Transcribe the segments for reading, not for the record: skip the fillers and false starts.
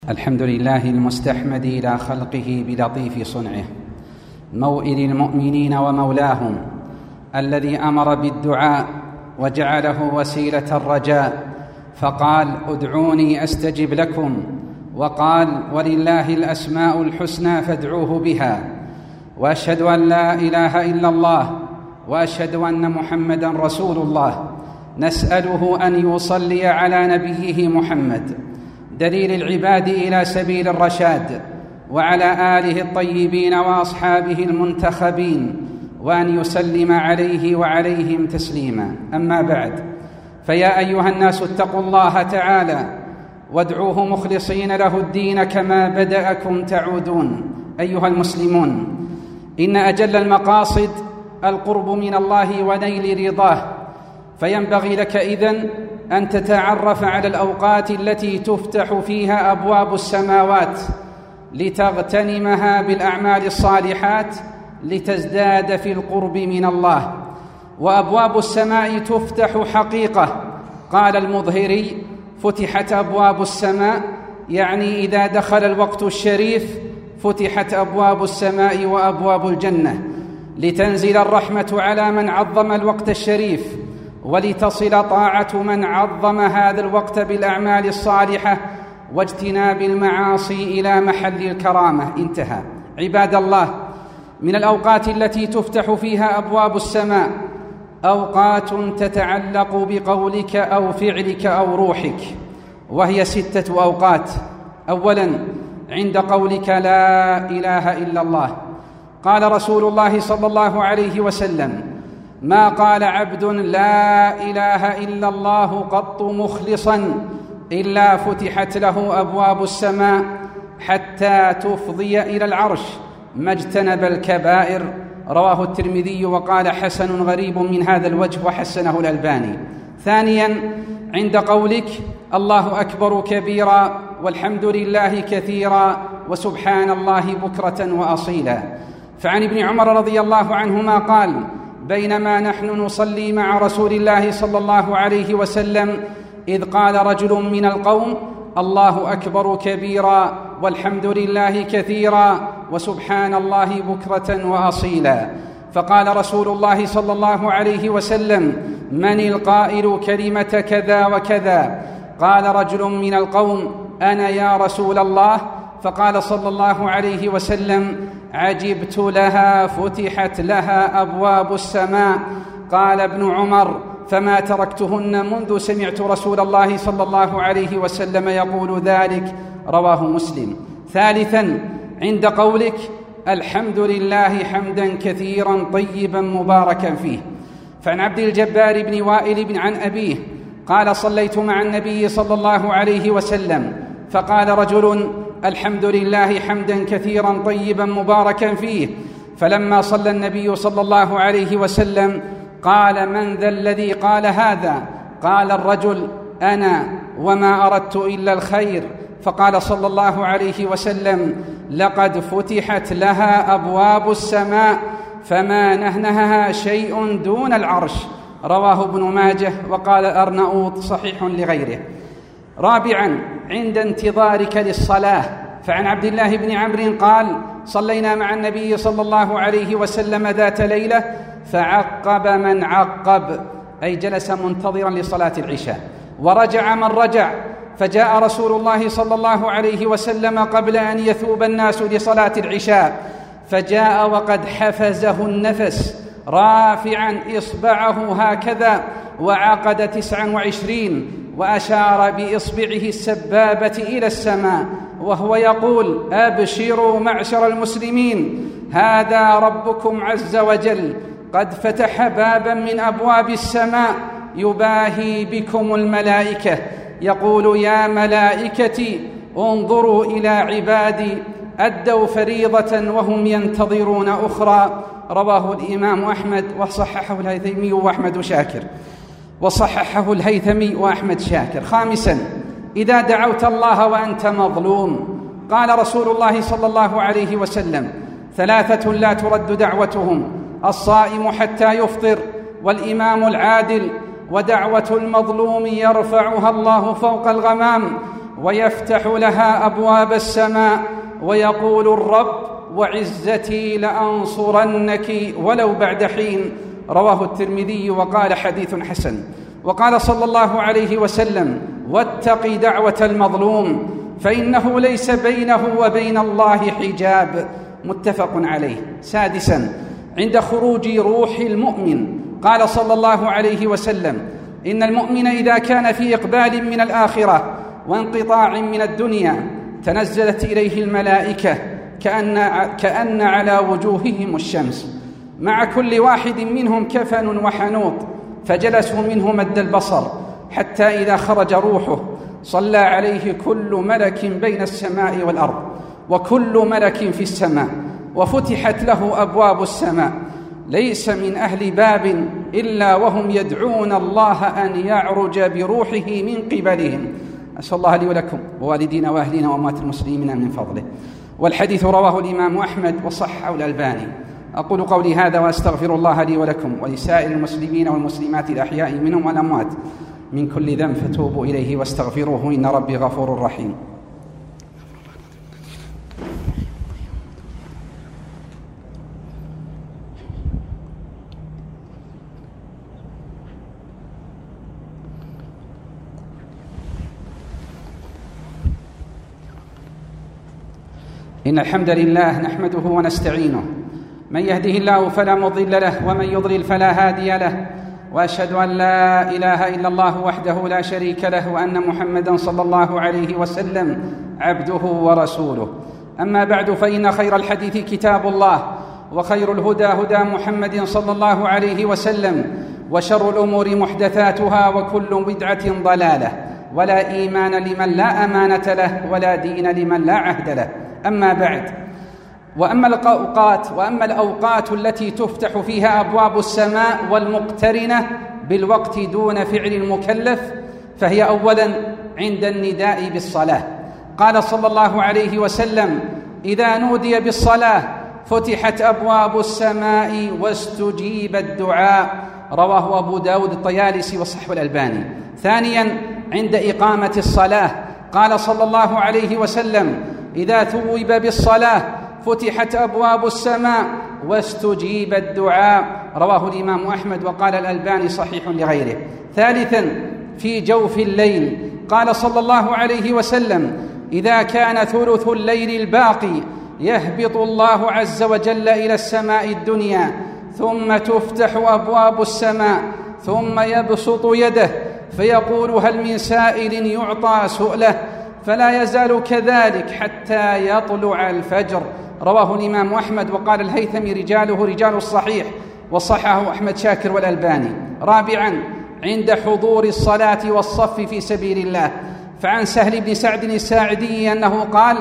الحمد لله المستحمد إلى خلقه بلطيف صنعه، موئل المؤمنين ومولاهم، الذي أمر بالدعاء وجعله وسيلة الرجاء، فقال: ادعوني أستجب لكم، وقال: ولله الأسماء الحسنى فادعوه بها. وأشهد أن لا إله إلا الله، وأشهد أن محمدًا رسول الله، نسأله أن يصلي على نبيه محمد دليل العباد إلى سبيل الرشاد، وعلى آله الطيبين وأصحابه المنتخبين، وأن يسلم عليه وعليهم تسليما. أما بعد، فيا أيها الناس اتقوا الله تعالى وادعوه مخلصين له الدين كما بدأكم تعودون. أيها المسلمون، إن أجل المقاصد القرب من الله ونيل رضاه، فينبغي لك إذن أن تتعرف على الأوقات التي تفتح فيها أبواب السماوات لتغتنمها بالأعمال الصالحات لتزداد في القرب من الله. وأبواب السماء تفتح حقيقة، قال المظهري: فتحت أبواب السماء، يعني إذا دخل الوقت الشريف فتحت أبواب السماء وأبواب الجنة، لتنزل الرحمة على من عظم الوقت الشريف، ولتصل طاعة من عظم هذا الوقت بالأعمال الصالحة واجتناب المعاصي إلى محل الكرامة. انتهى. عباد الله، من الأوقات التي تفتح فيها أبواب السماء أوقات تتعلق بقولك أو فعلك أو روحك، وهي 6 أوقات. أولاً، عند قولك لا إله إلا الله. قال رسول الله صلى الله عليه وسلم: ما قال عبد لا إله إلا الله قط مخلصا إلا فتحت له أبواب السماء حتى تفضي إلى العرش ما اجتنب الكبائر. رواه الترمذي وقال: حسن غريب من هذا الوجه، وحسنه الألباني. ثانيا، عند قولك الله أكبر كبيرا والحمد لله كثيرا وسبحان الله بكرة وأصيلا. فعن ابن عمر رضي الله عنهما قال: بينما نحن نصلي مع رسول الله صلى الله عليه وسلم إذ قال رجل من القوم: الله أكبر كبيرا والحمد لله كثيرا وسبحان الله بكرة وأصيلا. فقال رسول الله صلى الله عليه وسلم: من القائل كلمة كذا وكذا؟ قال رجل من القوم: أنا يا رسول الله. فقال صلى الله عليه وسلم: عجبت لها، فتحت لها أبواب السماء. قال ابن عمر: فما تركتهن منذ سمعت رسول الله صلى الله عليه وسلم يقول ذلك. رواه مسلم. ثالثا، عند قولك الحمد لله حمدا كثيرا طيبا مباركا فيه. فعن عبد الجبار بن وائل عن أبيه قال: صليت مع النبي صلى الله عليه وسلم فقال رجل: الحمد لله حمدا كثيرا طيبا مباركا فيه. فلما صلى النبي صلى الله عليه وسلم قال: من ذا الذي قال هذا؟ قال الرجل: أنا، وما أردت إلا الخير. فقال صلى الله عليه وسلم: لقد فتحت لها أبواب السماء فما نهنهها شيء دون العرش. رواه ابن ماجه وقال أرنؤوط صحيح لغيره. رابعا، عند انتظارك للصلاة. فعن عبد الله بن عمرو قال: صلينا مع النبي صلى الله عليه وسلم ذات ليلة فعقب من عقب، أي جلس منتظرا لصلاة العشاء، ورجع من رجع، فجاء رسول الله صلى الله عليه وسلم قبل أن يثوب الناس لصلاة العشاء، فجاء وقد حفزه النفس رافعا إصبعه هكذا وعقد 29 وأشار بإصبعه السبابة إلى السماء وهو يقول: أبشروا معشر المسلمين، هذا ربكم عز وجل قد فتح بابا من أبواب السماء يباهي بكم الملائكة، يقول: يا ملائكتي انظروا إلى عبادي أدوا فريضة وهم ينتظرون أخرى. رواه الإمام أحمد وصححه الهيثمي وأحمد شاكر. خامسا، إذا دعوت الله وأنت مظلوم. قال رسول الله صلى الله عليه وسلم: 3 لا ترد دعوتهم: الصائم حتى يفطر، والإمام العادل، ودعوة المظلوم يرفعها الله فوق الغمام، ويفتح لها أبواب السماء ويقول الرب: وعزتي لأنصرنك ولو بعد حين. رواه الترمذي وقال: حديث حسن. وقال صلى الله عليه وسلم: واتق دعوة المظلوم فإنه ليس بينه وبين الله حجاب. متفق عليه. سادسا، عند خروج روح المؤمن قال صلى الله عليه وسلم: إن المؤمن إذا كان في إقبال من الآخرة وانقطاع من الدنيا تنزلت إليه الملائكة كأن على وجوههم الشمس، مع كل واحد منهم كفن وحنوط، فجلسوا منه مد البصر، حتى إذا خرج روحه صلى عليه كل ملك بين السماء والأرض، وكل ملك في السماء، وفتحت له أبواب السماء، ليس من أهل باب إلا وهم يدعون الله أن يعرج بروحه من قبلهم. أسأل الله لي ولكم ووالدينا وأهلنا وأموات المسلمين من فضله. والحديث رواه الإمام أحمد وصححه الألباني. أقول قولي هذا وأستغفر الله لي ولكم ولسائر المسلمين والمسلمات الأحياء منهم والأموات من كل ذنب فتوبوا إليه واستغفروه إن ربي غفور رحيم. إن الحمد لله نحمده ونستعينه، من يهده الله فلا مضل له ومن يضلل فلا هادي له، وأشهد أن لا إله إلا الله وحده لا شريك له وأن محمدًا صلى الله عليه وسلم عبده ورسوله. أما بعد، فإن خير الحديث كتاب الله، وخير الهدى هدى محمد صلى الله عليه وسلم، وشر الأمور محدثاتها، وكل بدعة ضلالة، ولا إيمان لمن لا أمانة له، ولا دين لمن لا عهد له. أما بعد، وأما الأوقات التي تفتح فيها أبواب السماء والمقترنة بالوقت دون فعل المكلف، فهي أولاً عند النداء بالصلاة. قال صلى الله عليه وسلم: إذا نودي بالصلاة فتحت أبواب السماء واستجيب الدعاء. رواه أبو داود الطيالسي وصححه الألباني. ثانياً عند إقامة الصلاة. قال صلى الله عليه وسلم: إذا ثوب بالصلاة فتحت أبواب السماء واستجيب الدعاء. رواه الإمام أحمد وقال الألباني صحيح لغيره. ثالثاً في جوف الليل. قال صلى الله عليه وسلم: إذا كان ثلث الليل الباقي يهبط الله عز وجل إلى السماء الدنيا، ثم تفتح أبواب السماء، ثم يبسط يده فيقول: هل من سائل يعطى سؤله؟ فلا يزال كذلك حتى يطلع الفجر. رواه الإمام أحمد وقال الهيثمي رجاله رجال الصحيح، وصححه أحمد شاكر والألباني. رابعاً عند حضور الصلاة والصف في سبيل الله. فعن سهل بن سعد الساعدي أنه قال: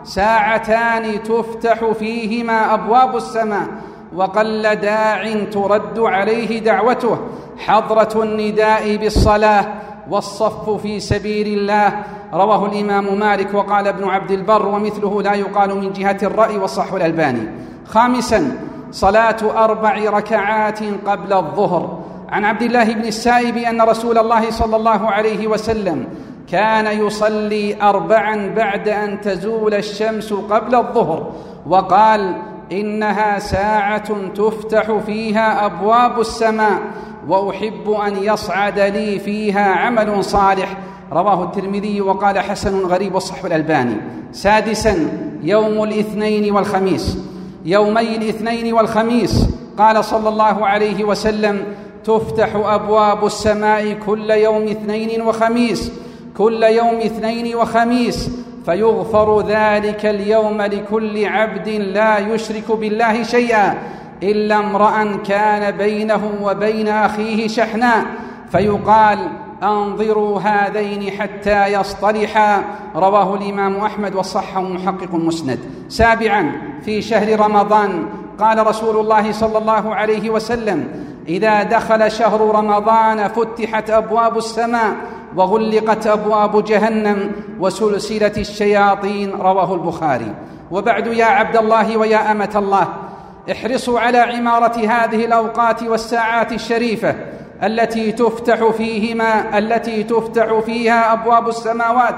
ساعتان تفتح فيهما أبواب السماء، وقل داع ترد عليه دعوته، حضرة النداء بالصلاة والصف في سبيل الله. رواه الإمام مالك وقال ابن عبد البر: ومثله لا يقال من جهة الرأي، وصححه الألباني. خامساً صلاة 4 ركعات قبل الظهر. عن عبد الله بن السائب أن رسول الله صلى الله عليه وسلم كان يصلي 4 بعد أن تزول الشمس قبل الظهر، وقال: إنها ساعة تفتح فيها أبواب السماء، وأحب أن يصعد لي فيها عمل صالح. رواه الترمذي وقال حسن غريب وصححه الألباني. سادساً يوم الاثنين والخميس. يومي الاثنين والخميس قال صلى الله عليه وسلم: تفتح أبواب السماء كل يوم اثنين وخميس، كل يوم اثنين وخميس، فيغفر ذلك اليوم لكل عبد لا يشرك بالله شيئا إلا امرأ كان بينه وبين أخيه شحناء، فيقال: أنظروا هذين حتى يصطلحا. رواه الإمام أحمد وصححه محقق مسند. سابعاً في شهر رمضان قال رسول الله صلى الله عليه وسلم: إذا دخل شهر رمضان فتحت أبواب السماء وغلقت أبواب جهنم وسلسلة الشياطين. رواه البخاري. وبعد، يا عبد الله ويا أمة الله، احرصوا على عمارة هذه الأوقات والساعات الشريفة التي تفتح فيها أبواب السماوات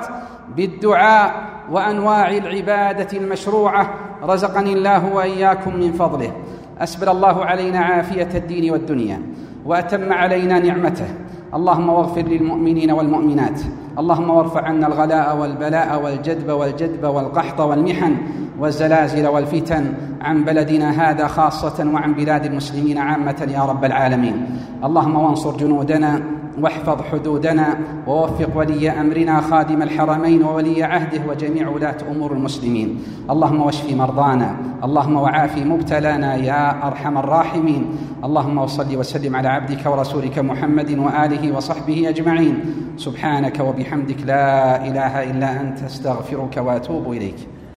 بالدعاء وأنواع العبادة المشروعة رزقني الله وإياكم من فضله. أسبل الله علينا عافية الدين والدنيا وأتم علينا نعمته. اللهم واغفر للمؤمنين والمؤمنات، اللهم وارفع عنا الغلاء والبلاء والجدب والقحط والمحن والزلازل والفتن عن بلدنا هذا خاصة وعن بلاد المسلمين عامة يا رب العالمين. اللهم وانصر جنودنا واحفظ حدودنا ووفق ولي أمرنا خادم الحرمين وولي عهده وجميع ولاة أمور المسلمين. اللهم واشف مرضانا، اللهم وعافي مبتلانا يا أرحم الراحمين. اللهم وصل وسلم على عبدك ورسولك محمد وآله وصحبه أجمعين. سبحانك وبحمدك لا إله إلا أنت، استغفرك وأتوب إليك.